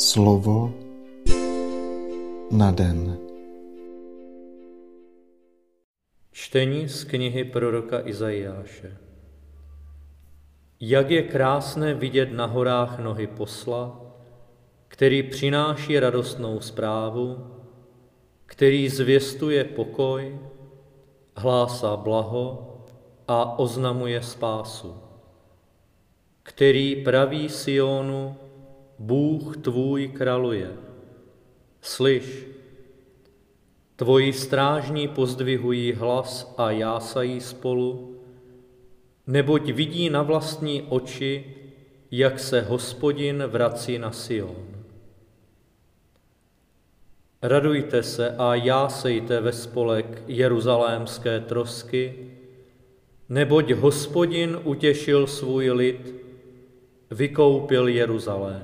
Slovo na den. Čtení z knihy proroka Izajáše. Jak je krásné vidět na horách nohy posla, který přináší radostnou zprávu, který zvěstuje pokoj, hlásá blaho a oznamuje spásu, který praví Sionu: Bůh tvůj králuje. Slyš, tvoji strážní pozdvihují hlas a jásají spolu, neboť vidí na vlastní oči, jak se Hospodin vrací na Sion. Radujte se a jásejte ve spolek jeruzalémské trosky, neboť Hospodin utěšil svůj lid, vykoupil Jeruzalém.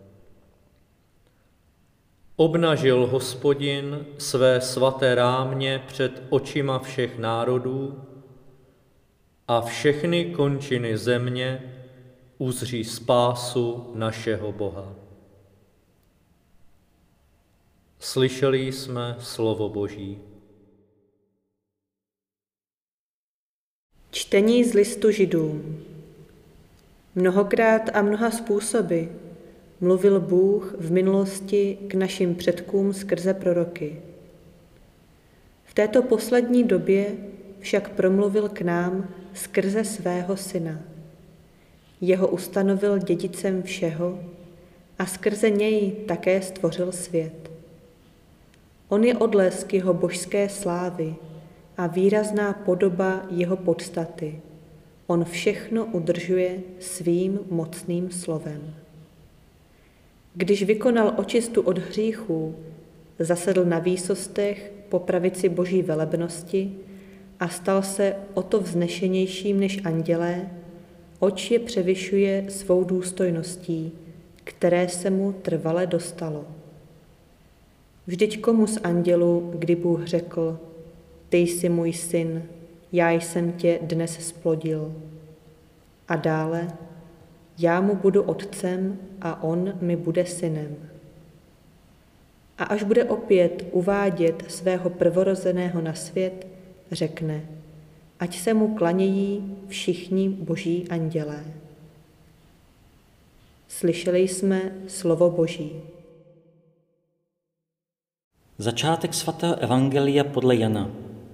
Obnažil Hospodin své svaté rámě před očima všech národů a všechny končiny země uzří spásu našeho Boha. Slyšeli jsme slovo Boží. Čtení z listu Židům. Mnohokrát a mnoha způsoby mluvil Bůh v minulosti k našim předkům skrze proroky. V této poslední době však promluvil k nám skrze svého Syna. Jeho ustanovil dědicem všeho a skrze něj také stvořil svět. On je odlesk jeho božské slávy a výrazná podoba jeho podstaty. On všechno udržuje svým mocným slovem. Když vykonal očistu od hříchů, zasedl na výsostech po pravici Boží velebnosti a stal se o to vznešenějším než andělé, oč je převyšuje svou důstojností, které se mu trvale dostalo. Vždyť komu z andělů, kdy Bůh řekl: Ty jsi můj syn, já jsem tě dnes zplodil. A dále: Já mu budu otcem a on mi bude synem. A až bude opět uvádět svého prvorozeného na svět, řekne: Ať se mu klanějí všichni boží andělé. Slyšeli jsme slovo Boží. Začátek svatého evangelia podle Jana.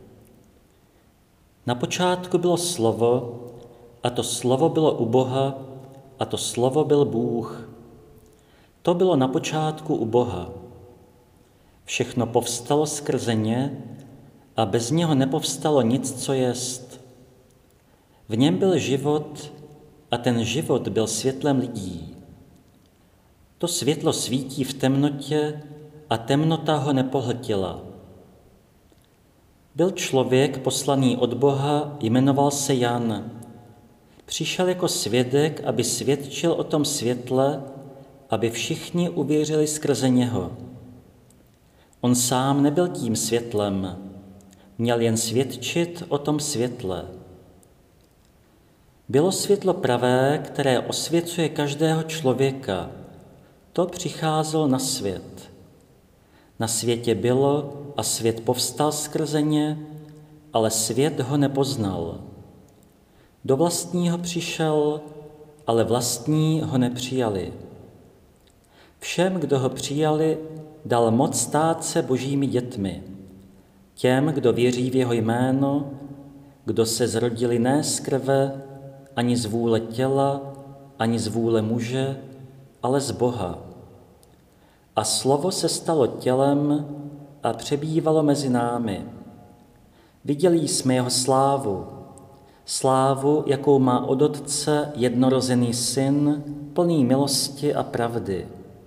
Na počátku bylo slovo, a to slovo bylo u Boha, a to slovo byl Bůh. To bylo na počátku u Boha. Všechno povstalo skrze ně a bez něho nepovstalo nic, co jest. V něm byl život a ten život byl světlem lidí. To světlo svítí v temnotě a temnota ho nepohltila. Byl člověk poslaný od Boha, jmenoval se Jan. Přišel jako svědek, aby svědčil o tom světle, aby všichni uvěřili skrze něho. On sám nebyl tím světlem, měl jen svědčit o tom světle. Bylo světlo pravé, které osvěcuje každého člověka. To přicházelo na svět. Na světě bylo a svět povstal skrze ně, ale svět ho nepoznal. Do vlastního přišel, ale vlastní ho nepřijali. Všem, kdo ho přijali, dal moc stát se božími dětmi. Těm, kdo věří v jeho jméno, kdo se zrodili ne z krve, ani z vůle těla, ani z vůle muže, ale z Boha. A slovo se stalo tělem a přebývalo mezi námi. Viděli jsme jeho slávu, slávu, jakou má od Otce jednorozený syn, plný milosti a pravdy.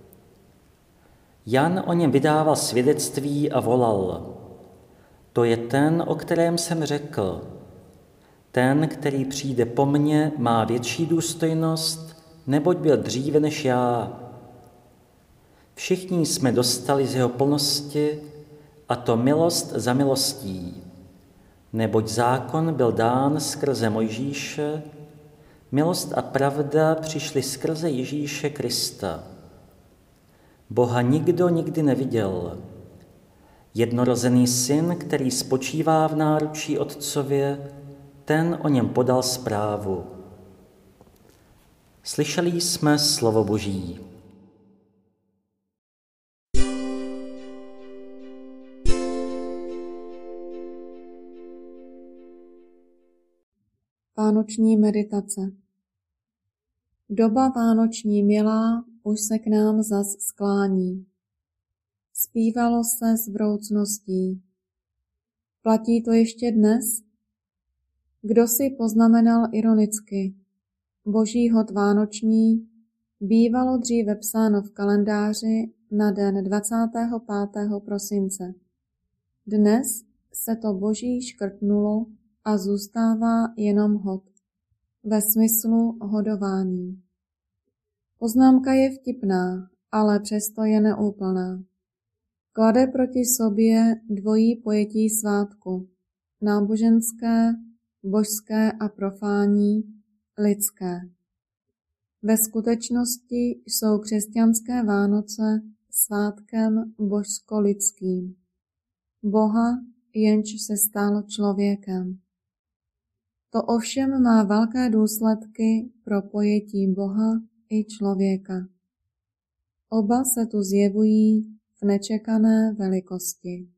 Jan o něm vydával svědectví a volal: To je ten, o kterém jsem řekl. Ten, který přijde po mně, má větší důstojnost, neboť byl dříve než já. Všichni jsme dostali z jeho plnosti, a to milost za milostí. Neboť zákon byl dán skrze Mojžíše, milost a pravda přišly skrze Ježíše Krista. Boha nikdo nikdy neviděl. Jednorozený syn, který spočívá v náručí Otcově, ten o něm podal zprávu. Slyšeli jsme slovo Boží. Vánoční meditace. Doba vánoční milá už se k nám zas sklání. Zpívalo se s vroucností. Platí to ještě dnes? Kdo si poznamenal ironicky, Boží hod vánoční bývalo dříve psáno v kalendáři na den 25. prosince. Dnes se to Boží škrtnulo a zůstává jenom hod, ve smyslu hodování. Poznámka je vtipná, ale přesto je neúplná. Klade proti sobě dvojí pojetí svátku, náboženské, božské a profánní, lidské. Ve skutečnosti jsou křesťanské Vánoce svátkem božsko-lidským. Boha, jenž se stal člověkem. To ovšem má velké důsledky pro pojetí Boha i člověka. Oba se tu zjevují v nečekané velikosti.